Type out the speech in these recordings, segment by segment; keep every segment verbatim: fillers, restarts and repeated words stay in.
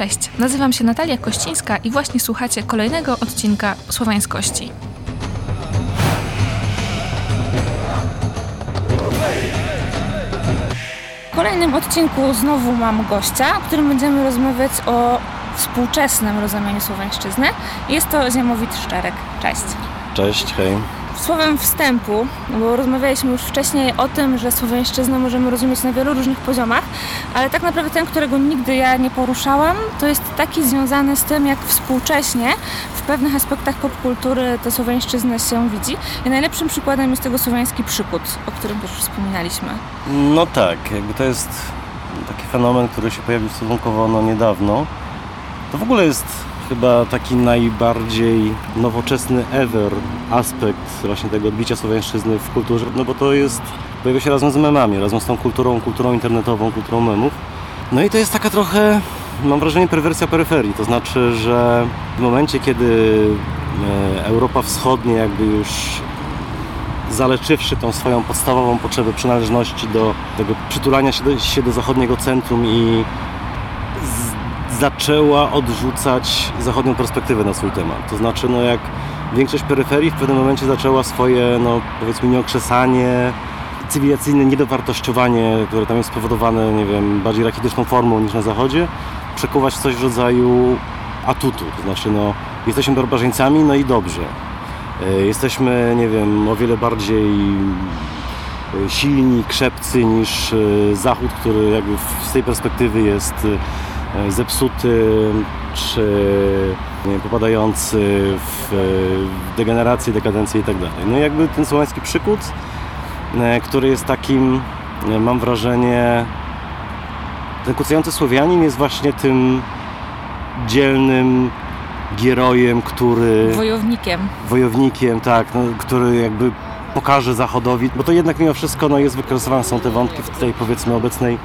Cześć, nazywam się Natalia Kościńska i właśnie słuchacie kolejnego odcinka Słowiańskości. W kolejnym odcinku znowu mam gościa, w którym będziemy rozmawiać o współczesnym rozumieniu słowiańszczyzny. Jest to Ziemowit Szczerek. Cześć. Cześć, hej. Słowem wstępu, bo rozmawialiśmy już wcześniej o tym, że słowiańszczyznę możemy rozumieć na wielu różnych poziomach, ale tak naprawdę ten, którego nigdy ja nie poruszałam, to jest taki związany z tym, jak współcześnie w pewnych aspektach popkultury tę słowiańszczyznę się widzi. I najlepszym przykładem jest tego słowiański przykut, o którym też już wspominaliśmy. No tak, jakby to jest taki fenomen, który się pojawił stosunkowo no, niedawno. To w ogóle jest chyba taki najbardziej nowoczesny ever aspekt właśnie tego odbicia słowiańszczyzny w kulturze, no bo to jest, pojawia się razem z memami, razem z tą kulturą, kulturą internetową, kulturą memów. No i to jest taka trochę, mam wrażenie, perwersja peryferii, to znaczy, że w momencie, kiedy Europa Wschodnia jakby już zaleczywszy tą swoją podstawową potrzebę przynależności do tego przytulania się do, się do zachodniego centrum i zaczęła odrzucać zachodnią perspektywę na swój temat. To znaczy, no jak większość peryferii w pewnym momencie zaczęła swoje, no powiedzmy, nieokrzesanie, cywilizacyjne niedowartościowanie, które tam jest spowodowane, nie wiem, bardziej rachityczną formą niż na zachodzie, przekuwać w coś w rodzaju atutu. To znaczy, no jesteśmy barbarzyńcami, no i dobrze. Jesteśmy, nie wiem, o wiele bardziej silni, krzepcy niż Zachód, który jakby z tej perspektywy jest zepsuty czy nie wiem, popadający w degenerację, dekadencję i tak dalej. No i jakby ten słowiański przykut, który jest takim, mam wrażenie, ten kucający Słowianin jest właśnie tym dzielnym gierojem, który... Wojownikiem. Wojownikiem, tak, no, który jakby pokaże Zachodowi, bo to jednak mimo wszystko no, jest wykorzystywane są te wątki w tej, powiedzmy, obecnej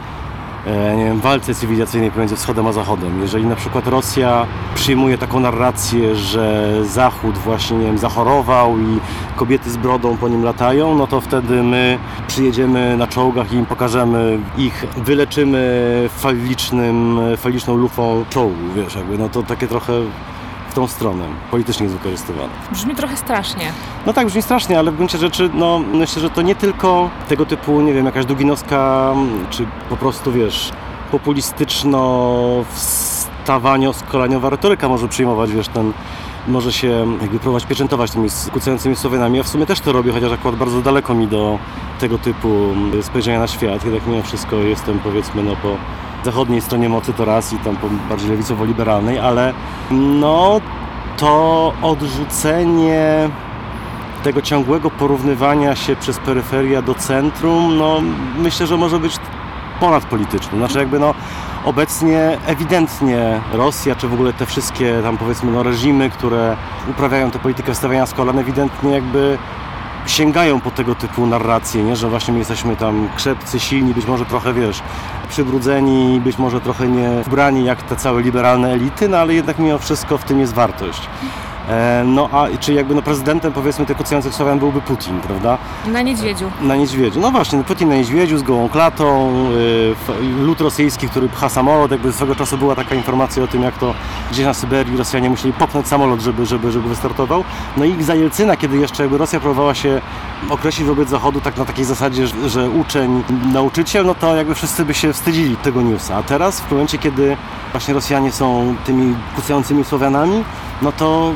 nie wiem, walce cywilizacyjnej pomiędzy Wschodem a Zachodem. Jeżeli na przykład Rosja przyjmuje taką narrację, że Zachód właśnie, nie wiem, zachorował i kobiety z brodą po nim latają, no to wtedy my przyjedziemy na czołgach i im pokażemy ich, wyleczymy falicznym, faliczną lufą czołgu, wiesz, jakby, no to takie trochę w tą stronę politycznie jest wykorzystywane. Brzmi trochę strasznie. No tak, brzmi strasznie, ale w gruncie rzeczy, no myślę, że to nie tylko tego typu, nie wiem, jakaś duginowska, czy po prostu, wiesz, populistyczno wstawanio-skolaniowa retoryka może przyjmować, wiesz, ten, może się jakby próbować pieczętować tymi kucającymi Słowianami. Ja w sumie też to robię, chociaż akurat bardzo daleko mi do tego typu spojrzenia na świat. Jednak mimo wszystko jestem, powiedzmy, no po zachodniej stronie mocy to raz i tam po bardziej lewicowo-liberalnej, ale no to odrzucenie tego ciągłego porównywania się przez peryferię do centrum, no myślę, że może być ponadpolityczne. Znaczy jakby no obecnie ewidentnie Rosja, czy w ogóle te wszystkie tam powiedzmy no reżimy, które uprawiają tę politykę wstawiania z kolan, ewidentnie jakby sięgają po tego typu narracje, nie? Że właśnie my jesteśmy tam krzepcy, silni, być może trochę, wiesz, przybrudzeni, być może trochę nie ubrani jak te całe liberalne elity, no ale jednak mimo wszystko w tym jest wartość. E, no a czy jakby no prezydentem, powiedzmy, tych kucających Słowian byłby Putin, prawda? Na niedźwiedziu. Na niedźwiedziu. No właśnie, Putin na niedźwiedziu z gołą klatą, y, lud rosyjski, który pcha samolot, jakby swego czasu była taka informacja o tym, jak to gdzieś na Syberii Rosjanie musieli popchnąć samolot, żeby, żeby, żeby wystartował. No i za Jelcyna, kiedy jeszcze jakby Rosja próbowała się określić wobec Zachodu tak na takiej zasadzie, że, że uczeń, nauczyciel, no to jakby wszyscy by się wstydzili tego newsa. A teraz w momencie, kiedy właśnie Rosjanie są tymi kucającymi Słowianami, no to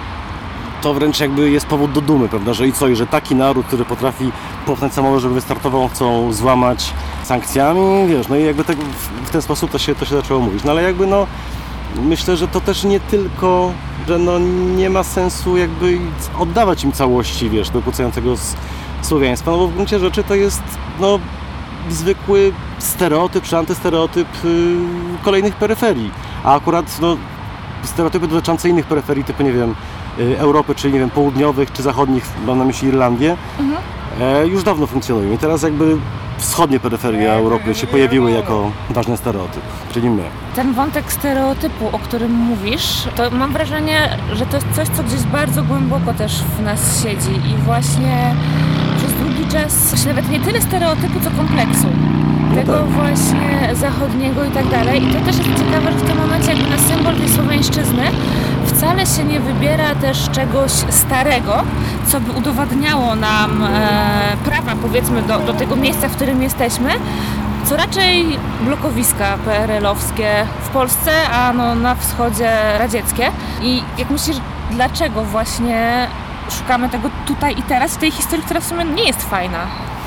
to wręcz jakby jest powód do dumy, prawda, że i co, i że taki naród, który potrafi popchnąć samolot, żeby wystartował, chcą złamać sankcjami, wiesz, no i jakby tak w, w ten sposób to się, to się zaczęło mówić. No ale jakby no, myślę, że to też nie tylko, że no nie ma sensu jakby oddawać im całości, wiesz, do kucającego słowiaństwa, no bo w gruncie rzeczy to jest, no, zwykły stereotyp czy antystereotyp yy, kolejnych peryferii, a akurat, no, stereotypy dotyczące innych peryferii, typu, nie wiem, Europy, czyli nie wiem, południowych czy zachodnich, mam na myśli Irlandię, mhm. e, już dawno funkcjonują. I teraz jakby wschodnie peryferie Europy się pojawiły jako ważny stereotyp, czyli my. Ten wątek stereotypu, o którym mówisz, to mam wrażenie, że to jest coś, co gdzieś bardzo głęboko też w nas siedzi i właśnie przez długi czas nawet nie tyle stereotypu, co kompleksu. Tego no tak. właśnie zachodniego i tak dalej. I to też jest ciekawe, że w tym momencie jakby na symbol tej słowiańszczyzny wcale się nie wybiera też czegoś starego, co by udowadniało nam e, prawa, powiedzmy, do, do tego miejsca, w którym jesteśmy, co raczej blokowiska P R L-owskie w Polsce, a no na wschodzie radzieckie. I jak myślisz, dlaczego właśnie szukamy tego tutaj i teraz, w tej historii, która w sumie nie jest fajna?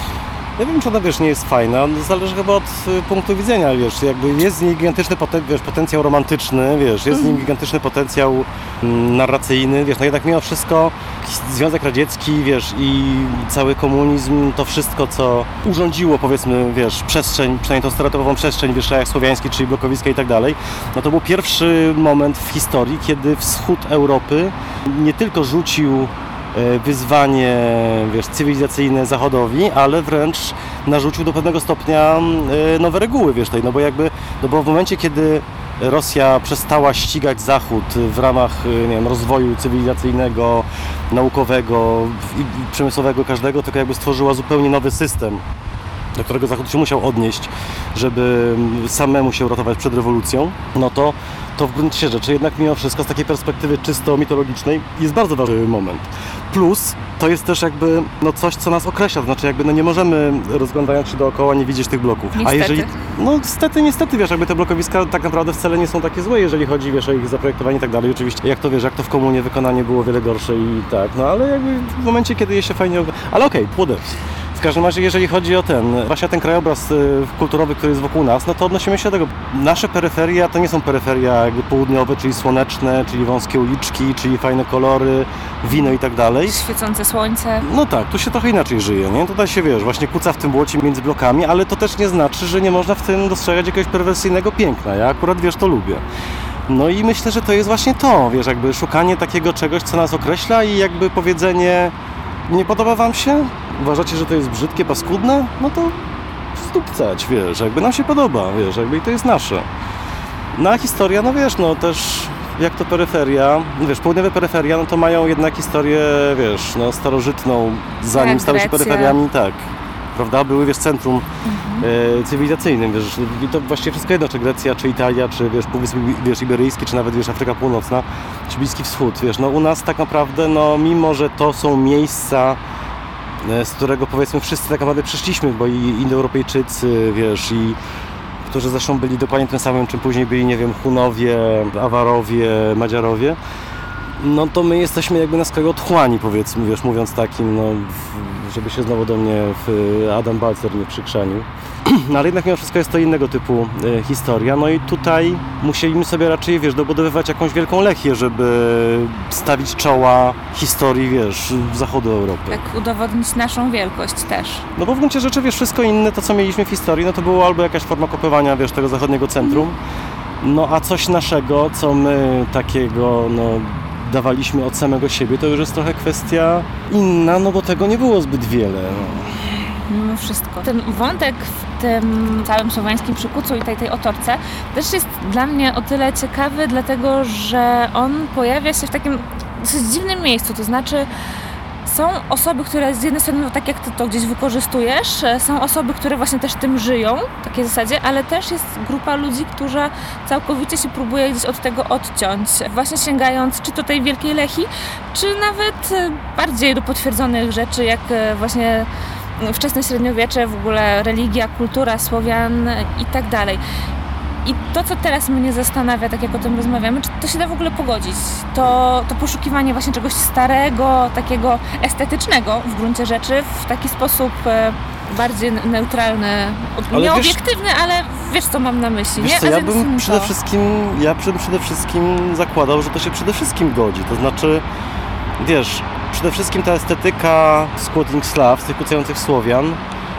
Ja wiem, czy ona, wiesz, nie jest fajna, zależy chyba od y, punktu widzenia, wiesz, jakby jest z niej gigantyczny poten- wiesz, potencjał romantyczny, wiesz, jest z nim gigantyczny potencjał mm, narracyjny, wiesz, no jednak mimo wszystko Związek Radziecki, wiesz, i cały komunizm, to wszystko, co urządziło, powiedzmy, wiesz, przestrzeń, przynajmniej tą stereotypową przestrzeń, wiesz, w krajach słowiańskich, czyli blokowiska i tak dalej, no to był pierwszy moment w historii, kiedy wschód Europy nie tylko rzucił wyzwanie, wiesz, cywilizacyjne Zachodowi, ale wręcz narzucił do pewnego stopnia nowe reguły, wiesz, tej, no bo jakby, no bo w momencie, kiedy Rosja przestała ścigać Zachód w ramach, nie wiem, rozwoju cywilizacyjnego, naukowego i przemysłowego każdego, tylko jakby stworzyła zupełnie nowy system, do którego Zachód się musiał odnieść, żeby samemu się uratować przed rewolucją, no to, to w gruncie rzeczy jednak mimo wszystko z takiej perspektywy czysto mitologicznej jest bardzo ważny moment. Plus to jest też jakby no coś, co nas określa, to znaczy jakby no nie możemy, rozglądając się dookoła, nie widzieć tych bloków. Niestety. A jeżeli, no niestety, niestety, wiesz, jakby te blokowiska tak naprawdę wcale nie są takie złe, jeżeli chodzi, wiesz, o ich zaprojektowanie i tak dalej. Oczywiście, jak to wiesz, jak to w komunie wykonanie było wiele gorsze i tak, no ale jakby w momencie, kiedy je się fajnie... Ale okej, okay, whatever. W każdym razie, jeżeli chodzi o ten, właśnie ten krajobraz kulturowy, który jest wokół nas, no to odnosimy się do tego. Nasze peryferia to nie są peryferia jakby południowe, czyli słoneczne, czyli wąskie uliczki, czyli fajne kolory, wino i tak dalej. Świecące słońce. No tak, tu się trochę inaczej żyje, nie? Tutaj się, wiesz, właśnie kuca w tym błocie między blokami, ale to też nie znaczy, że nie można w tym dostrzegać jakiegoś perwersyjnego piękna. Ja akurat, wiesz, to lubię. No i myślę, że to jest właśnie to, wiesz, jakby szukanie takiego czegoś, co nas określa i jakby powiedzenie: nie podoba wam się? Uważacie, że to jest brzydkie, paskudne? No to stupcać, wiesz, jakby nam się podoba, wiesz, jakby i to jest nasze. No a historia, no wiesz, no też jak to peryferia, wiesz, południowe peryferia, no to mają jednak historię, wiesz, no starożytną, zanim tak, stały się Grecja. peryferiami, tak, prawda, były, wiesz, centrum mhm. e, cywilizacyjnym, wiesz, i to właściwie wszystko jedno, czy Grecja, czy Italia, czy wiesz, Półwysep, wiesz, Iberyjski, czy nawet, wiesz, Afryka Północna, czy Bliski Wschód, wiesz, no u nas tak naprawdę, no mimo, że to są miejsca, z którego, powiedzmy, wszyscy tak naprawdę przyszliśmy, bo i Indoeuropejczycy, wiesz, i którzy zresztą byli dokładnie tym samym, czym później byli, nie wiem, Hunowie, Awarowie, Madziarowie, no to my jesteśmy jakby na skraju otchłani, powiedzmy, wiesz, mówiąc takim, no, żeby się znowu do mnie Adam Balcer nie przykrzanił. No ale jednak mimo wszystko jest to innego typu e, historia, no i tutaj musieliśmy sobie raczej, wiesz, dobudowywać jakąś wielką Lechię, żeby stawić czoła historii, wiesz, zachodu Europy. Tak, udowodnić naszą wielkość też. No bo w gruncie rzeczy, wiesz, wszystko inne, to co mieliśmy w historii, no to było albo jakaś forma kopiowania, wiesz, tego zachodniego centrum, no a coś naszego, co my takiego, no, dawaliśmy od samego siebie, to już jest trochę kwestia inna, no bo tego nie było zbyt wiele. No. Mimo wszystko. Ten wątek w tym całym słowiańskim przykucu i tej, tej otorce też jest dla mnie o tyle ciekawy, dlatego że on pojawia się w takim dosyć dziwnym miejscu, to znaczy są osoby, które z jednej strony, no, tak jak ty to gdzieś wykorzystujesz, są osoby, które właśnie też tym żyją, w takiej zasadzie, ale też jest grupa ludzi, która całkowicie się próbuje gdzieś od tego odciąć, właśnie sięgając czy do tej wielkiej Lechii, czy nawet bardziej do potwierdzonych rzeczy, jak właśnie wczesne średniowiecze, w ogóle religia, kultura Słowian i tak dalej. I to, co teraz mnie zastanawia, tak jak o tym rozmawiamy, czy to się da w ogóle pogodzić? To, to poszukiwanie właśnie czegoś starego, takiego estetycznego w gruncie rzeczy, w taki sposób e, bardziej neutralny, ale nie wiesz, obiektywny, ale wiesz, co mam na myśli, wiesz nie? Co, ja bym przede wszystkim, ja bym przede wszystkim zakładał, że to się przede wszystkim godzi. To znaczy, wiesz, przede wszystkim ta estetyka Squatting Slav, tych kucających Słowian,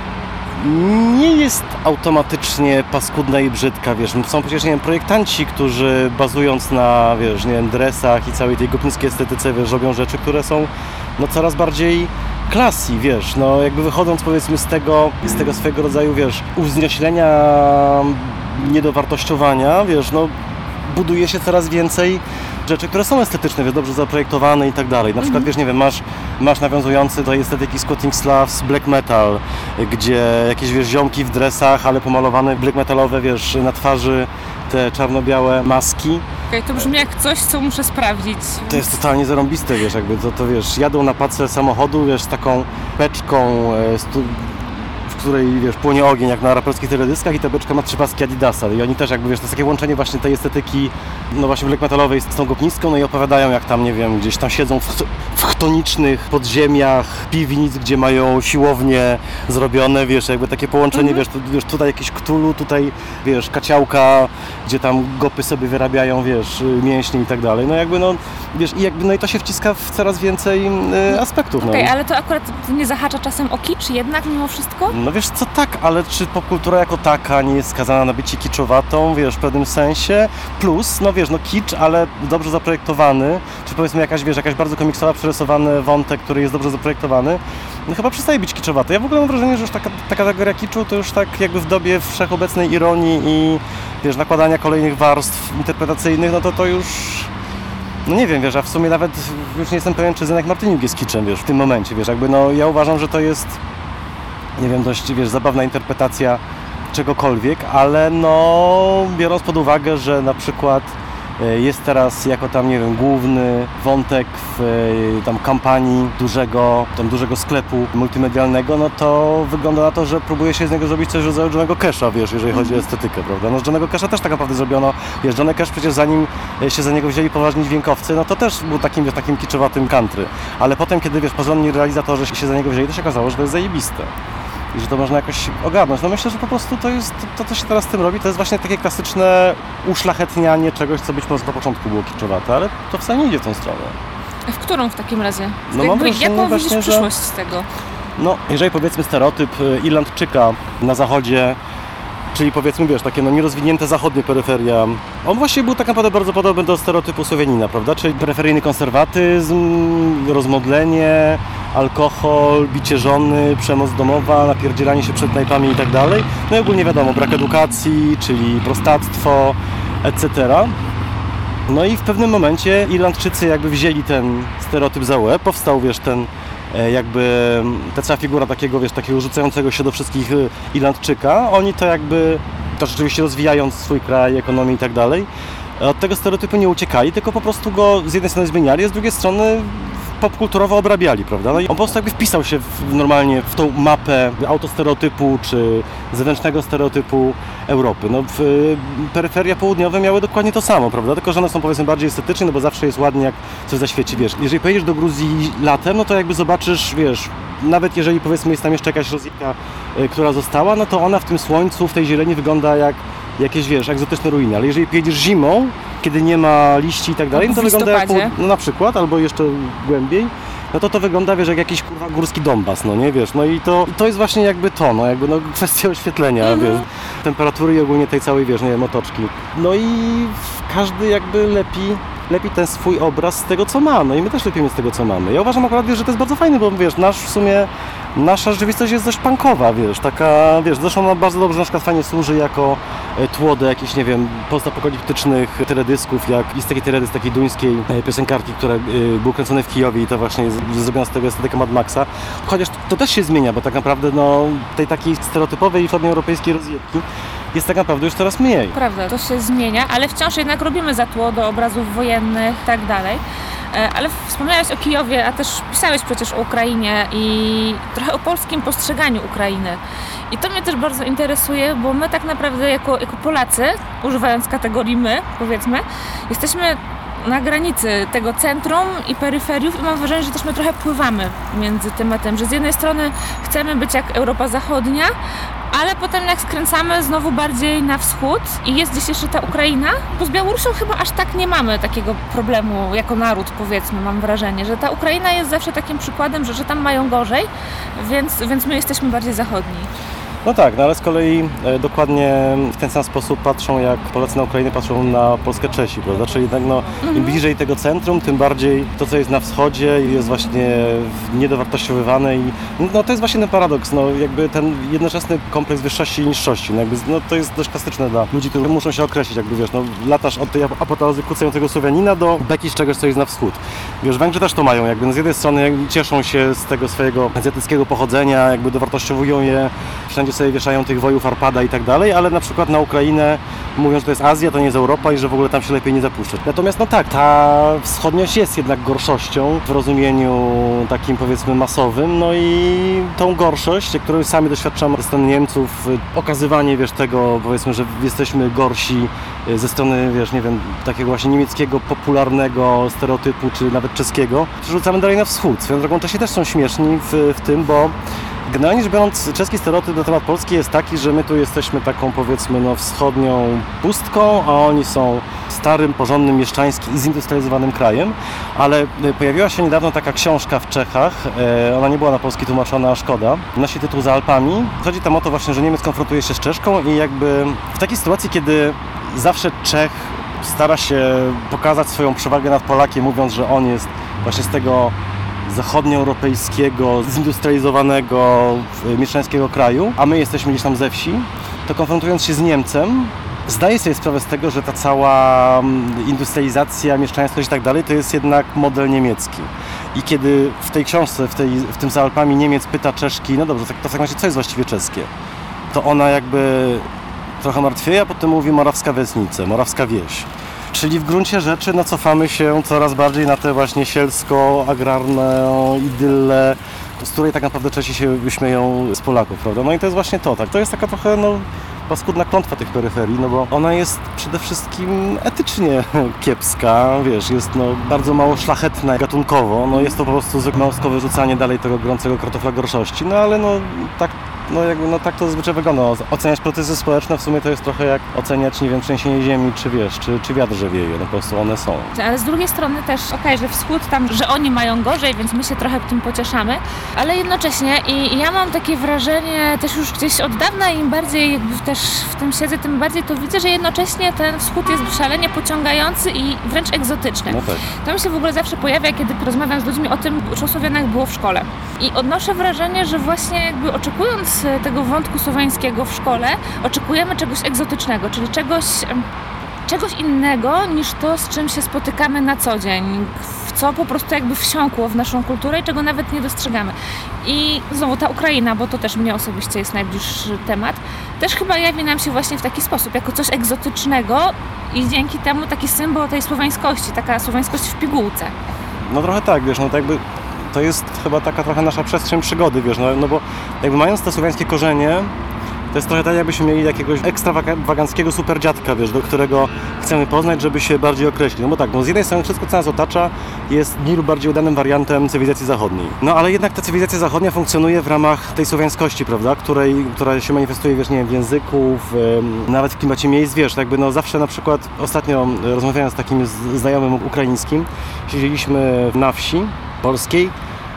nie jest automatycznie paskudna i brzydka, wiesz, są przecież, nie wiem, projektanci, którzy bazując na, wiesz, nie wiem, dresach i całej tej gopnickiej estetyce, wiesz, robią rzeczy, które są, no, coraz bardziej classy, wiesz, no, jakby wychodząc, powiedzmy, z tego, z tego swego rodzaju, wiesz, uwznioślenia, niedowartościowania, wiesz, no, buduje się coraz więcej rzeczy, które są estetyczne, wiesz, dobrze zaprojektowane i tak dalej. Na przykład, wiesz, nie wiem, masz, masz nawiązujący do estetyki Squatting Slavs black metal, gdzie jakieś, wiesz, ziomki w dresach, ale pomalowane black metalowe, wiesz, na twarzy te czarno-białe maski. Okay, to brzmi jak coś, co muszę sprawdzić. To jest totalnie zarąbiste, wiesz, jakby to, to wiesz, jadą na pacę samochodu, wiesz, z taką beczką, e, stu, w której, wiesz, płonie ogień, jak na raperskich teledyskach i ta beczka ma trzy paski Adidasa i oni też jakby, wiesz, to jest takie łączenie właśnie tej estetyki, no właśnie black metalowej z tą gopnicką, no i opowiadają, jak tam, nie wiem, gdzieś tam siedzą w, w chtonicznych podziemiach piwnic, gdzie mają siłownie zrobione, wiesz, jakby takie połączenie, mhm. wiesz, tu, wiesz, tutaj jakieś ktulu, tutaj, wiesz, kaciałka, gdzie tam gopy sobie wyrabiają, wiesz, mięśnie i tak dalej, no jakby, no, wiesz, i jakby, no i to się wciska w coraz więcej y, aspektów. Okej, okay, no. ale to akurat nie zahacza czasem o kicz jednak mimo wszystko? No wiesz co, tak, ale czy popkultura jako taka nie jest skazana na bycie kiczowatą, wiesz, w pewnym sensie? Plus, no wiesz, no kicz, ale dobrze zaprojektowany, czy powiedzmy jakaś, wiesz, jakaś bardzo komiksowa, przerysowany wątek, który jest dobrze zaprojektowany, no chyba przestaje być kiczowaty. Ja w ogóle mam wrażenie, że już taka, taka kategoria kiczu to już tak jakby w dobie wszechobecnej ironii i, wiesz, nakładania kolejnych warstw interpretacyjnych, no to to już... No nie wiem, wiesz, a w sumie nawet już nie jestem pewien, czy Zenek Martyniuk jest kiczem, wiesz, w tym momencie, wiesz, jakby, no ja uważam, że to jest, nie wiem, dość, wiesz, zabawna interpretacja czegokolwiek, ale no biorąc pod uwagę, że na przykład jest teraz jako tam, nie wiem, główny wątek w tam kampanii dużego, tam dużego sklepu multimedialnego, no to wygląda na to, że próbuje się z niego zrobić coś w rodzaju Johnnego Casha, wiesz, jeżeli chodzi o estetykę, prawda? No z Johnnego Casha też tak naprawdę zrobiono, wiesz, Johnny Cash przecież zanim się za niego wzięli poważni dźwiękowcy, no to też był takim, wiesz, takim kiczowatym country, ale potem, kiedy, wiesz, porządni realizatorzy się za niego wzięli, to się okazało, że to jest zajebiste. I że to można jakoś ogarnąć. No myślę, że po prostu to jest, to, to co się teraz z tym robi, to jest właśnie takie klasyczne uszlachetnianie czegoś, co być może na początku było kiczowate, ale to wcale nie idzie w tą stronę. W którą w takim razie? No mam wrażenie, jaką właśnie, widzisz przyszłość z tego? No, jeżeli powiedzmy stereotyp Irlandczyka na zachodzie, czyli powiedzmy, wiesz, takie no nierozwinięte zachodnie peryferia, on właśnie był tak naprawdę bardzo podobny do stereotypu Słowianina, prawda? Czyli peryferyjny konserwatyzm, rozmodlenie, alkohol, bicie żony, przemoc domowa, napierdzielanie się przed knajpami i tak dalej. No i ogólnie wiadomo, brak edukacji, czyli prostactwo, et cetera. No i w pewnym momencie Irlandczycy jakby wzięli ten stereotyp za łeb, powstał, wiesz, ten jakby ta cała figura takiego, wiesz, takiego rzucającego się do wszystkich Irlandczyka. Oni to jakby, to rzeczywiście rozwijając swój kraj, ekonomię i tak dalej, od tego stereotypu nie uciekali, tylko po prostu go z jednej strony zmieniali, a z drugiej strony popkulturowo obrabiali, prawda? No i on po prostu jakby wpisał się w, normalnie w tą mapę autostereotypu czy zewnętrznego stereotypu Europy. No w peryferia południowe miały dokładnie to samo, prawda? Tylko że one są, powiedzmy, bardziej estetyczne, no bo zawsze jest ładnie, jak coś zaświeci, wiesz. Jeżeli pojedziesz do Gruzji latem, no to jakby zobaczysz, wiesz, nawet jeżeli, powiedzmy, jest tam jeszcze jakaś rozjebka, y, która została, no to ona w tym słońcu, w tej zieleni wygląda jak jakieś, wiesz, egzotyczne ruiny, ale jeżeli pojedziesz zimą, kiedy nie ma liści i tak dalej, no to wygląda jak, no na przykład, albo jeszcze głębiej, no to to wygląda, wiesz, jak jakiś, kurwa, górski Donbas, no nie, wiesz, no i to, to jest właśnie jakby to, no jakby, no kwestia oświetlenia, mm-hmm. wiesz, temperatury i ogólnie tej całej, wiesz, nie wiem, otoczki. No i każdy jakby lepi, lepi ten swój obraz z tego, co ma, no i my też lepimy z tego, co mamy. Ja uważam akurat, wiesz, że to jest bardzo fajne, bo wiesz, nasz w sumie, nasza rzeczywistość jest dość punkowa, wiesz, taka, wiesz, zresztą ona bardzo dobrze na przykład fajnie służy jako tło do jakichś, nie wiem, postapokaliptycznych teledysków, jak jest taki teledysk takiej duńskiej piosenkarki, która był kręcony w Kijowie i to właśnie jest zrobiona z tego estetyka Mad Maxa. Chociaż to też się zmienia, bo tak naprawdę, no, tej takiej stereotypowej wschodnioeuropejskiej rozjebki jest tak naprawdę już coraz mniej. Prawda, to się zmienia, ale wciąż jednak robimy za tło do obrazów wojennych i tak dalej. Ale wspomniałeś o Kijowie, a też pisałeś przecież o Ukrainie i trochę o polskim postrzeganiu Ukrainy. I to mnie też bardzo interesuje, bo my tak naprawdę jako, jako Polacy, używając kategorii my, powiedzmy, jesteśmy na granicy tego centrum i peryferiów i mam wrażenie, że też my trochę pływamy między tym a tym, że z jednej strony chcemy być jak Europa Zachodnia, ale potem jak skręcamy znowu bardziej na wschód i jest gdzieś jeszcze ta Ukraina, bo z Białorusią chyba aż tak nie mamy takiego problemu jako naród, powiedzmy, mam wrażenie, że ta Ukraina jest zawsze takim przykładem, że, że tam mają gorzej, więc, więc my jesteśmy bardziej zachodni. No tak, no ale z kolei e, dokładnie w ten sam sposób patrzą, jak Polacy na Ukrainę patrzą na Polskę Czesi, prawda? Czyli jednak no, mhm. im bliżej tego centrum, tym bardziej to, co jest na wschodzie jest właśnie niedowartościowywane i no to jest właśnie ten paradoks, no jakby ten jednoczesny kompleks wyższości i niższości, no, jakby, no to jest dość klasyczne dla ludzi, którzy muszą się określić, jakby wiesz, no latasz od tej apoteozy kucającego Słowianina do beki z czegoś, co jest na wschód. Wiesz, Węgrzy też to mają, jakby no, z jednej strony cieszą się z tego swojego azjatyckiego pochodzenia, jakby dowartościowują je, wszędzie sobie wieszają tych wojów Arpada i tak dalej, ale na przykład na Ukrainę mówią, że to jest Azja, to nie jest Europa i że w ogóle tam się lepiej nie zapuszczać. Natomiast no tak, ta wschodniość jest jednak gorszością w rozumieniu takim powiedzmy masowym, no i tą gorszość, którą sami doświadczamy ze strony Niemców, okazywanie, wiesz, tego powiedzmy, że jesteśmy gorsi ze strony, wiesz, nie wiem, takiego właśnie niemieckiego, popularnego stereotypu, czy nawet czeskiego, przerzucamy dalej na wschód. Swoją drogą Czesi też są śmieszni w, w tym, bo generalnie rzecz biorąc, czeski stereotyp na temat Polski jest taki, że my tu jesteśmy taką powiedzmy no, wschodnią pustką, a oni są starym, porządnym, mieszczańskim i zindustrializowanym krajem, ale pojawiła się niedawno taka książka w Czechach, e, ona nie była na polski tłumaczona, a szkoda, nosi tytuł Za Alpami. Chodzi tam o to właśnie, że Niemiec konfrontuje się z Czeszką i jakby w takiej sytuacji, kiedy zawsze Czech stara się pokazać swoją przewagę nad Polakiem, mówiąc, że on jest właśnie z tego zachodnioeuropejskiego, zindustrializowanego, mieszczańskiego kraju, a my jesteśmy gdzieś tam ze wsi, to konfrontując się z Niemcem, zdaję sobie sprawę z tego, że ta cała industrializacja, mieszczaństwość i tak dalej, to jest jednak model niemiecki. I kiedy w tej książce, w, tej, w tym Za Alpami Niemiec pyta Czeszki, no dobrze, to w takim razie co jest właściwie czeskie? To ona jakby trochę martwieje, a potem mówi morawska wesnica, morawska wieś. Czyli w gruncie rzeczy no, cofamy się coraz bardziej na tę właśnie sielsko-agrarną idyllę, z której tak naprawdę Czesi się wyśmieją z Polaków, prawda? No i to jest właśnie to, tak. To jest taka trochę no, paskudna klątwa tych peryferii, no bo ona jest przede wszystkim etycznie kiepska, wiesz, jest no, bardzo mało szlachetna gatunkowo, no jest to po prostu zygmałskowe wyrzucanie dalej tego gorącego kartofla gorszości, no ale no tak No, jakby, no tak to zazwyczaj wygląda. Oceniać procesy społeczne w sumie to jest trochę jak oceniać, nie wiem, trzęsienie ziemi, czy wiesz, czy, czy wiatr, że wieje. No po prostu one są. Ale z drugiej strony też, okej, okay, że wschód tam, że oni mają gorzej, więc my się trochę tym pocieszamy, ale jednocześnie i, i ja mam takie wrażenie też już gdzieś od dawna, im bardziej jakby też w tym siedzę, tym bardziej to widzę, że jednocześnie ten wschód jest szalenie pociągający i wręcz egzotyczny. No tak. To mi się w ogóle zawsze pojawia, kiedy porozmawiam z ludźmi o tym, czy o Słowianach było w szkole. I odnoszę wrażenie, że właśnie jakby oczekując tego wątku słowiańskiego w szkole, oczekujemy czegoś egzotycznego, czyli czegoś, czegoś innego niż to, z czym się spotykamy na co dzień, w co po prostu jakby wsiąkło w naszą kulturę i czego nawet nie dostrzegamy. I znowu ta Ukraina, bo to też mnie osobiście jest najbliższy temat, też chyba jawi nam się właśnie w taki sposób, jako coś egzotycznego i dzięki temu taki symbol tej słowiańskości, taka słowiańskość w pigułce. No trochę tak, wiesz, no tak jakby to jest chyba taka trochę nasza przestrzeń przygody, wiesz, no, no bo jakby mając te słowiańskie korzenie, to jest trochę tak, jakbyśmy mieli jakiegoś ekstrawaganckiego superdziadka, wiesz, do którego chcemy poznać, żeby się bardziej określić. No bo tak, no z jednej strony wszystko, co nas otacza, jest mniej lub bardziej udanym wariantem cywilizacji zachodniej. No ale jednak ta cywilizacja zachodnia funkcjonuje w ramach tej słowiańskości, prawda, której, która się manifestuje, wiesz, nie wiem, w języku, w, nawet w klimacie miejsc, wiesz, jakby no zawsze na przykład, ostatnio rozmawiając z takim znajomym ukraińskim, siedzieliśmy na wsi polskiej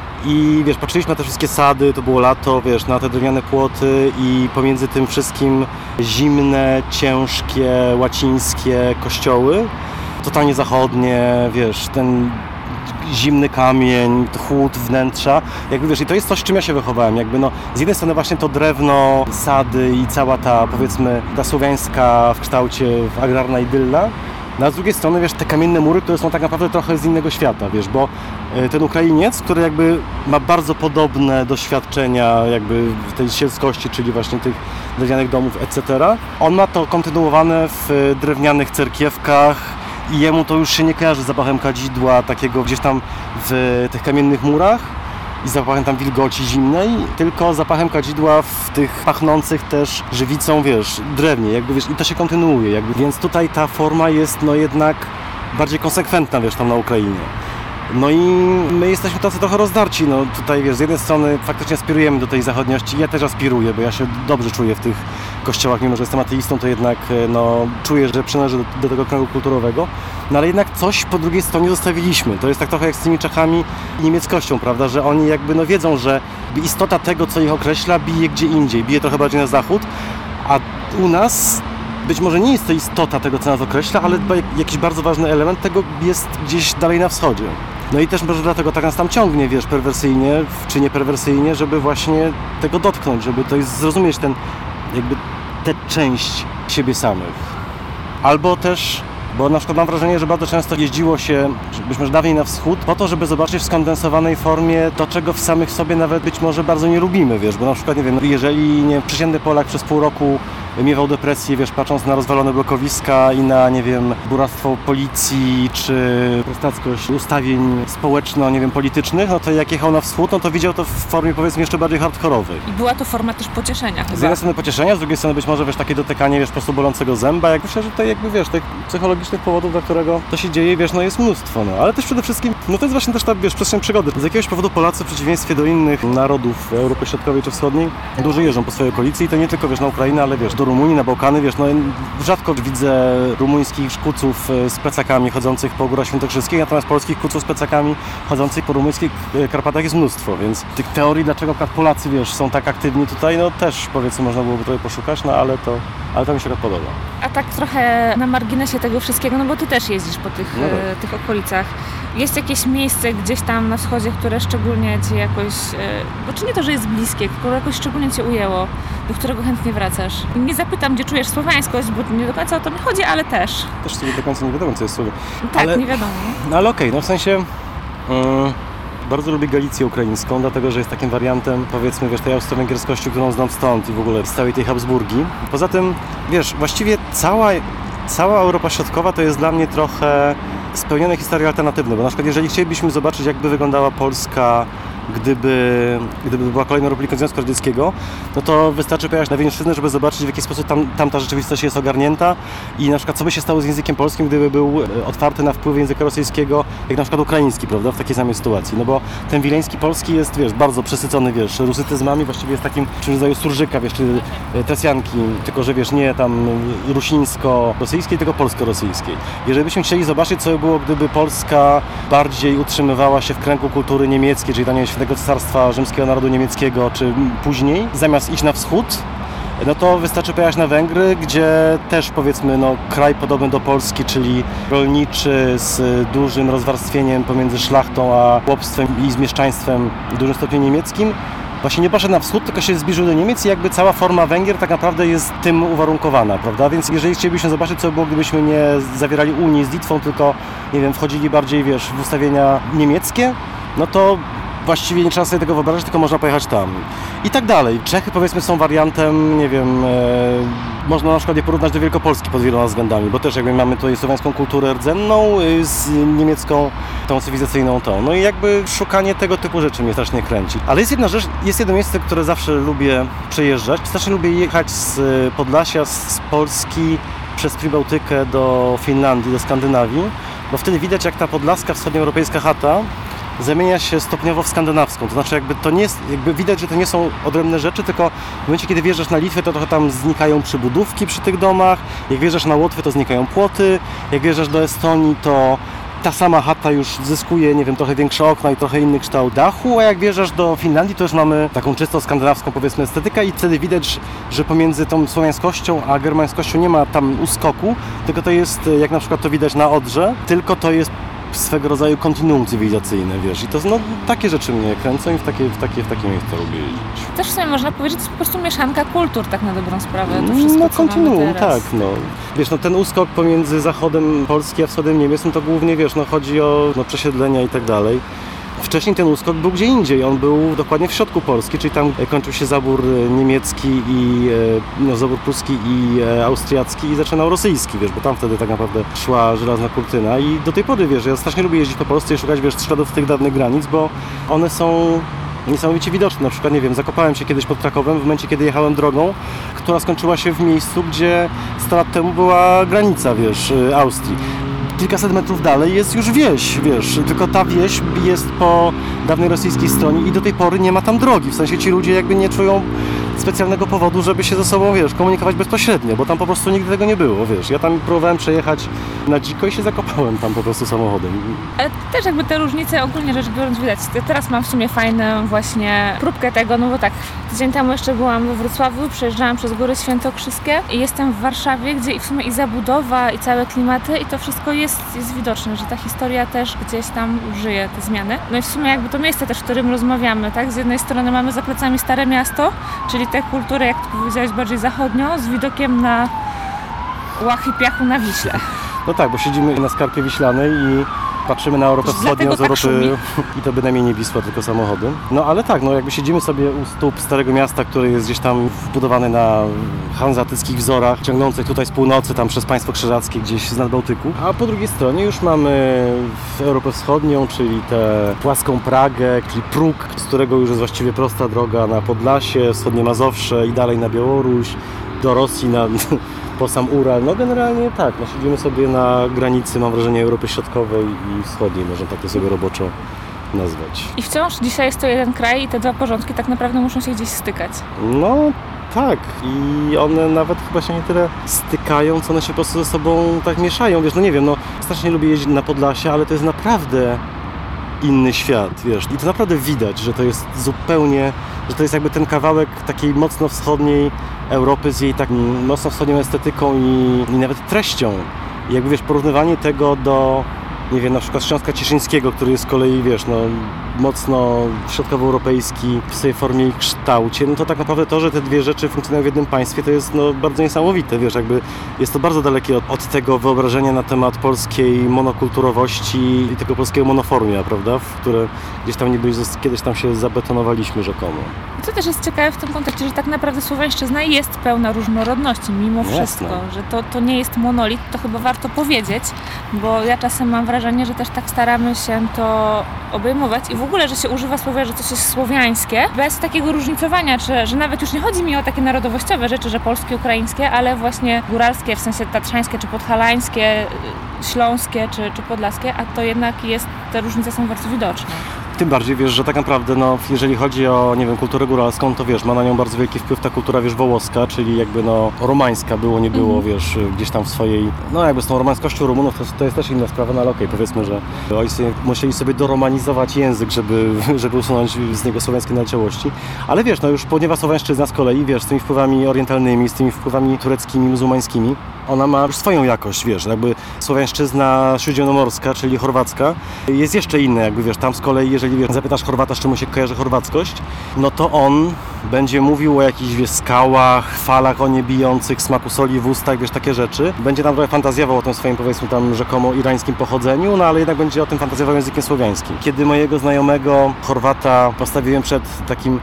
i wiesz, patrzyliśmy na te wszystkie sady, to było lato, wiesz, na te drewniane płoty i pomiędzy tym wszystkim zimne, ciężkie, łacińskie kościoły, totalnie zachodnie, wiesz, ten zimny kamień, chłód wnętrza, jakby wiesz, i to jest coś, czym ja się wychowałem, jakby no, z jednej strony właśnie to drewno, sady i cała ta, powiedzmy, ta słowiańska w kształcie agrarna idylla, no a z drugiej strony, wiesz, te kamienne mury, które są tak naprawdę trochę z innego świata, wiesz, bo ten Ukrainiec, który jakby ma bardzo podobne doświadczenia jakby tej sielskości, czyli właśnie tych drewnianych domów, et cetera, on ma to kontynuowane w drewnianych cerkiewkach i jemu to już się nie kojarzy z zapachem kadzidła, takiego gdzieś tam w tych kamiennych murach i zapachem tam wilgoci zimnej, tylko zapachem kadzidła w tych pachnących też żywicą, wiesz, drewnie, jakby, wiesz, i to się kontynuuje, jakby, więc tutaj ta forma jest, no jednak bardziej konsekwentna, wiesz, tam na Ukrainie. No i my jesteśmy tacy trochę rozdarci, no tutaj wiesz, z jednej strony faktycznie aspirujemy do tej zachodniości, ja też aspiruję, bo ja się dobrze czuję w tych kościołach, mimo że jestem ateistą, to jednak no, czuję, że przynależę do, do tego kręgu kulturowego, no ale jednak coś po drugiej stronie zostawiliśmy. To jest tak trochę jak z tymi Czechami i niemieckością, prawda, że oni jakby no wiedzą, że istota tego, co ich określa, bije gdzie indziej, bije trochę bardziej na zachód, a u nas być może nie jest to istota tego, co nas określa, ale jakiś bardzo ważny element tego jest gdzieś dalej na wschodzie. No i też może dlatego tak nas tam ciągnie, wiesz, perwersyjnie czy nieperwersyjnie, żeby właśnie tego dotknąć, żeby to jest zrozumieć ten, jakby tę część siebie samych. Albo też, bo na przykład mam wrażenie, że bardzo często jeździło się, być może dawniej na wschód, po to, żeby zobaczyć w skondensowanej formie to, czego w samych sobie nawet być może bardzo nie lubimy, wiesz, bo na przykład, nie wiem, jeżeli nie, przeciętny Polak przez pół roku miewał depresję, wiesz, patrząc na rozwalone blokowiska i na, nie wiem, buractwo policji, czy prostackość ustawień społeczno, nie wiem, politycznych, no to jak jechał na wschód, no to widział to w formie, powiedzmy, jeszcze bardziej hardkorowej. I była to forma też pocieszenia chyba. Z jednej strony pocieszenia, z drugiej strony być może, wiesz, takie dotykanie, wiesz, po prostu bolącego zęba. Jak myślę, że tutaj jakby, wiesz, tych psychologicznych powodów, dla którego to się dzieje, wiesz, no jest mnóstwo, no. Ale też przede wszystkim, no to jest właśnie też ta, wiesz, przestrzeń przygody. Z jakiegoś powodu Polacy w przeciwieństwie do innych narodów Europy Środkowej czy Wschodniej dużo jeżdżą po swojej okolicy i to nie tylko, wiesz, na Ukrainę, ale wiesz, do Rumunii, na Bałkany, wiesz, no rzadko widzę rumuńskich szkuców z plecakami chodzących po Górach Świętokrzyskich, natomiast polskich kuców z plecakami chodzących po rumuńskich Karpatach jest mnóstwo, więc tych teorii, dlaczego Polacy, wiesz, są tak aktywni tutaj, no też, powiedzmy, można byłoby trochę poszukać, no ale to, ale to mi się tak podoba. A tak trochę na marginesie tego wszystkiego, no bo ty też jeździsz po tych, no tak. e, tych okolicach. Jest jakieś miejsce gdzieś tam na wschodzie, które szczególnie cię jakoś, e, bo czy nie to, że jest bliskie, tylko jakoś szczególnie cię ujęło, do którego chętnie wracasz? Nie zapytam, gdzie czujesz słowiańskość, bo nie do końca o to mi chodzi, ale też. Też sobie do końca nie wiadomo, co jest słowo. Tak, ale, nie wiadomo. No ale okej, okay, no w sensie... Yy... Bardzo lubię Galicję ukraińską, dlatego że jest takim wariantem, powiedzmy, wiesz, tej austro-węgierskości, którą znam stąd i w ogóle z całej tej Habsburgii. Poza tym, wiesz, właściwie cała, cała Europa Środkowa to jest dla mnie trochę spełnione historie alternatywne, bo na przykład jeżeli chcielibyśmy zobaczyć, jakby wyglądała Polska, gdyby, gdyby była kolejna republika Związku Radzieckiego, no to wystarczy pojechać na Wileńszczyznę, żeby zobaczyć, w jaki sposób tam, tam ta rzeczywistość jest ogarnięta i na przykład co by się stało z językiem polskim, gdyby był otwarty na wpływ języka rosyjskiego, jak na przykład ukraiński, prawda, w takiej samej sytuacji, no bo ten wileński polski jest, wiesz, bardzo przesycony, wiesz, rusytyzmami, właściwie jest takim czymś rodzaju surżyka, wiesz, czy tresjanki, tylko że, wiesz, nie tam rusińsko-rosyjskiej, tylko polsko-rosyjskiej. Jeżeli byśmy chcieli zobaczyć, co by było, gdyby Polska bardziej utrzymywała się w kręgu kultury niemieckiej, czyli tam nie Świętego Cesarstwa Rzymskiego Narodu Niemieckiego, czy później, zamiast iść na wschód, no to wystarczy pojechać na Węgry, gdzie też, powiedzmy, no, kraj podobny do Polski, czyli rolniczy, z dużym rozwarstwieniem pomiędzy szlachtą a chłopstwem i z mieszczaństwem w dużym stopniu niemieckim, właśnie nie poszedł na wschód, tylko się zbliżył do Niemiec i jakby cała forma Węgier tak naprawdę jest tym uwarunkowana, prawda? Więc jeżeli chcielibyśmy zobaczyć, co by było, gdybyśmy nie zawierali Unii z Litwą, tylko, nie wiem, wchodzili bardziej, wiesz, w ustawienia niemieckie, no to właściwie nie trzeba sobie tego wyobrażać, tylko można pojechać tam. I tak dalej. Czechy, powiedzmy, są wariantem, nie wiem, e, można na przykład je porównać do Wielkopolski pod wieloma względami, bo też jakby mamy tutaj słowiańską kulturę rdzenną z niemiecką, tą cywilizacyjną tą. No i jakby szukanie tego typu rzeczy mnie strasznie kręci. Ale jest jedna rzecz, jest jedno miejsce, które zawsze lubię przejeżdżać. Strasznie lubię jechać z Podlasia, z Polski przez Przybałtykę do Finlandii, do Skandynawii, bo wtedy widać, jak ta podlaska wschodnioeuropejska chata zamienia się stopniowo w skandynawską, to znaczy jakby to nie jest, jakby widać, że to nie są odrębne rzeczy, tylko w momencie, kiedy wjeżdżasz na Litwę, to trochę tam znikają przybudówki przy tych domach, jak wjeżdżasz na Łotwę, to znikają płoty, jak wjeżdżasz do Estonii, to ta sama chata już zyskuje, nie wiem, trochę większe okna i trochę inny kształt dachu, a jak wjeżdżasz do Finlandii, to już mamy taką czysto skandynawską, powiedzmy, estetykę i wtedy widać, że pomiędzy tą słowiańskością a germańskością nie ma tam uskoku, tylko to jest, jak na przykład to widać na Odrze, tylko to jest swego rodzaju kontinuum cywilizacyjne, wiesz, i to no, takie rzeczy mnie kręcą i w takie, w takie, w takie miejsca lubię jeździć. Też w sumie można powiedzieć, że to jest po prostu mieszanka kultur, tak na dobrą sprawę, to wszystko, no, co kontinuum, teraz. tak, no. Wiesz, no ten uskok pomiędzy zachodem Polski a wschodem Niemiec, no to głównie, wiesz, no chodzi o no, przesiedlenia i tak dalej. Wcześniej ten uskok był gdzie indziej, on był dokładnie w środku Polski, czyli tam kończył się zabór niemiecki i no, zabór pruski i austriacki i zaczynał rosyjski, wiesz, bo tam wtedy tak naprawdę szła żelazna kurtyna i do tej pory, wiesz, ja strasznie lubię jeździć po Polsce i szukać, wiesz, śladów tych dawnych granic, bo one są niesamowicie widoczne. Na przykład, nie wiem, zakopałem się kiedyś pod Krakowem w momencie, kiedy jechałem drogą, która skończyła się w miejscu, gdzie sto lat temu była granica, wiesz, Austrii. kilkaset metrów dalej jest już wieś, wiesz, tylko ta wieś jest po dawnej rosyjskiej stronie i do tej pory nie ma tam drogi, w sensie ci ludzie jakby nie czują specjalnego powodu, żeby się ze sobą, wiesz, komunikować bezpośrednio, bo tam po prostu nigdy tego nie było, wiesz. Ja tam próbowałem przejechać na dziko i się zakopałem tam po prostu samochodem. Ale też jakby te różnice ogólnie rzecz biorąc widać. Teraz mam w sumie fajną właśnie próbkę tego, no bo tak, tydzień temu jeszcze byłam we Wrocławiu, przejeżdżałam przez Góry Świętokrzyskie i jestem w Warszawie, gdzie i w sumie i zabudowa, i całe klimaty, i to wszystko jest, jest widoczne, że ta historia też gdzieś tam żyje, te zmiany. No i w sumie jakby to miejsce też, w którym rozmawiamy, tak? Z jednej strony mamy za plecami Stare Miasto, czyli tę kulturę, jak ty powiedziałeś, bardziej zachodnią, z widokiem na łachy piachu na Wiśle. No tak, bo siedzimy na Skarpie Wiślanej i patrzymy na Europę Wschodnią, z Europy tak i to bynajmniej nie Wisła, tylko samochody. No ale tak, no jakby siedzimy sobie u stóp Starego Miasta, które jest gdzieś tam wbudowane na hanzeatyckich wzorach, ciągnących tutaj z północy, tam przez państwo krzyżackie, gdzieś z Nadbałtyku. A po drugiej stronie już mamy Europę Wschodnią, czyli tę płaską Pragę, czyli próg, z którego już jest właściwie prosta droga na Podlasie, wschodnie Mazowsze i dalej na Białoruś, do Rosji, na... po sam Ural. No generalnie tak, no siedzimy sobie na granicy, mam wrażenie, Europy Środkowej i Wschodniej, można tak to sobie roboczo nazwać. I wciąż dzisiaj jest to jeden kraj i te dwa porządki tak naprawdę muszą się gdzieś stykać. No tak, i one nawet chyba się nie tyle stykają, co one się po prostu ze sobą tak mieszają, wiesz, no nie wiem, no strasznie lubię jeździć na Podlasie, ale to jest naprawdę inny świat, wiesz, i to naprawdę widać, że to jest zupełnie, że to jest jakby ten kawałek takiej mocno wschodniej Europy z jej tak mocno wschodnią estetyką i, i nawet treścią. I jakby wiesz, porównywanie tego do, nie wiem, na przykład Śląska Cieszyńskiego, który jest z kolei, wiesz, no mocno środkowoeuropejski w swojej formie i kształcie, no to tak naprawdę to, że te dwie rzeczy funkcjonują w jednym państwie, to jest no bardzo niesamowite, wiesz, jakby jest to bardzo dalekie od, od tego wyobrażenia na temat polskiej monokulturowości i tego polskiego monoformia, prawda, w które gdzieś tam niby kiedyś tam się zabetonowaliśmy rzekomo. Co też jest ciekawe w tym kontekście, że tak naprawdę słowiańszczyzna jest pełna różnorodności mimo Jasne. wszystko, że to, to nie jest monolit, to chyba warto powiedzieć, bo ja czasem mam wrażenie, że też tak staramy się to obejmować i w ogóle, że się używa słowa, że coś jest słowiańskie, bez takiego różnicowania, czy, że nawet już nie chodzi mi o takie narodowościowe rzeczy, że polskie, ukraińskie, ale właśnie góralskie, w sensie tatrzańskie, czy podhalańskie, śląskie, czy, czy podlaskie, a to jednak jest, te różnice są bardzo widoczne. Tym bardziej, wiesz, że tak naprawdę, no, jeżeli chodzi o, nie wiem, kulturę góralską, to wiesz, ma na nią bardzo wielki wpływ ta kultura, wiesz, wołoska, czyli jakby, no, romańska było, nie było, mm. wiesz, gdzieś tam w swojej, no, jakby z tą romańskością Rumunów, to, to jest też inna sprawa, no, ale okej, okay, powiedzmy, że oni sobie, musieli sobie doromanizować język, żeby, żeby usunąć z niego słowiańskie naleciałości, ale wiesz, no, już ponieważ słowiańszczyzna z kolei, wiesz, z tymi wpływami orientalnymi, z tymi wpływami tureckimi, muzułmańskimi, ona ma już swoją jakość, wiesz, jakby słowiańszczyzna śródziemnomorska, czyli chorwacka, jest jeszcze inna, jakby, wiesz, tam z kolei, jeżeli wiesz, zapytasz Chorwata, z czym mu się kojarzy chorwackość, no to on będzie mówił o jakichś, wiesz, skałach, falach o nie bijących, smaku soli w ustach, wiesz, takie rzeczy. Będzie tam trochę fantazjował o tym swoim, powiedzmy, tam rzekomo irańskim pochodzeniu, no ale jednak będzie o tym fantazjował językiem słowiańskim. Kiedy mojego znajomego Chorwata postawiłem przed takim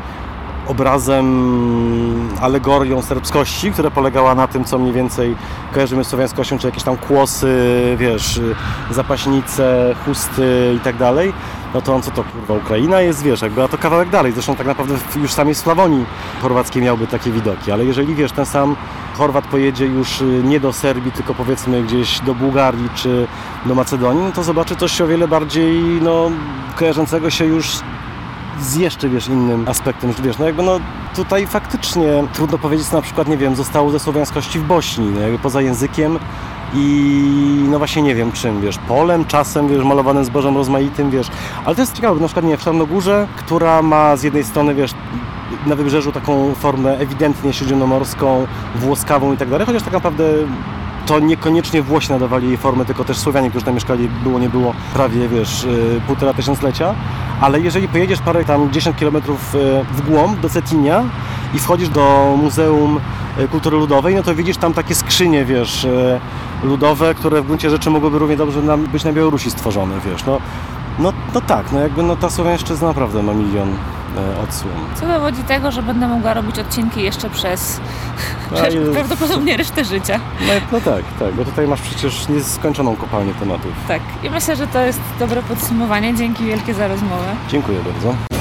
obrazem, alegorią serbskości, która polegała na tym, co mniej więcej kojarzymy z słowiańskością, czy jakieś tam kłosy, wiesz, zapaśnice, chusty i tak dalej, no to on co to, kurwa, Ukraina jest, wiesz, jakby, a to kawałek dalej. Zresztą tak naprawdę już samej w Sławonii chorwackiej miałby takie widoki, ale jeżeli, wiesz, ten sam Chorwat pojedzie już nie do Serbii, tylko powiedzmy gdzieś do Bułgarii czy do Macedonii, no to zobaczy coś o wiele bardziej, no, kojarzącego się już z jeszcze, wiesz, innym aspektem, że wiesz, no jakby, no tutaj faktycznie trudno powiedzieć, co na przykład, nie wiem, zostało ze słowiańskości w Bośni, no jakby poza językiem i no właśnie nie wiem czym, wiesz, polem, czasem, wiesz, malowanym zbożem rozmaitym, wiesz, ale to jest ciekawe, na przykład, nie, w Czarnogórze, która ma z jednej strony, wiesz, na wybrzeżu taką formę ewidentnie śródziemnomorską, włoskawą i tak dalej, chociaż tak naprawdę to niekoniecznie Włosi nadawali jej formę, tylko też Słowianie, którzy tam mieszkali, było nie było prawie, wiesz, półtora tysiąclecia, ale jeżeli pojedziesz parę tam dziesięć kilometrów w głąb do Cetynia i wchodzisz do Muzeum Kultury Ludowej, no to widzisz tam takie skrzynie, wiesz, ludowe, które w gruncie rzeczy mogłyby równie dobrze nam być na Białorusi stworzone, wiesz, no, no, no tak, no jakby, no ta słowiańszczyzna naprawdę ma milion odsłon. Co dowodzi tego, że będę mogła robić odcinki jeszcze przez, przez i... prawdopodobnie resztę życia. No, no tak, tak, bo tutaj masz przecież nieskończoną kopalnię tematów. Tak, i myślę, że to jest dobre podsumowanie. Dzięki wielkie za rozmowę. Dziękuję bardzo.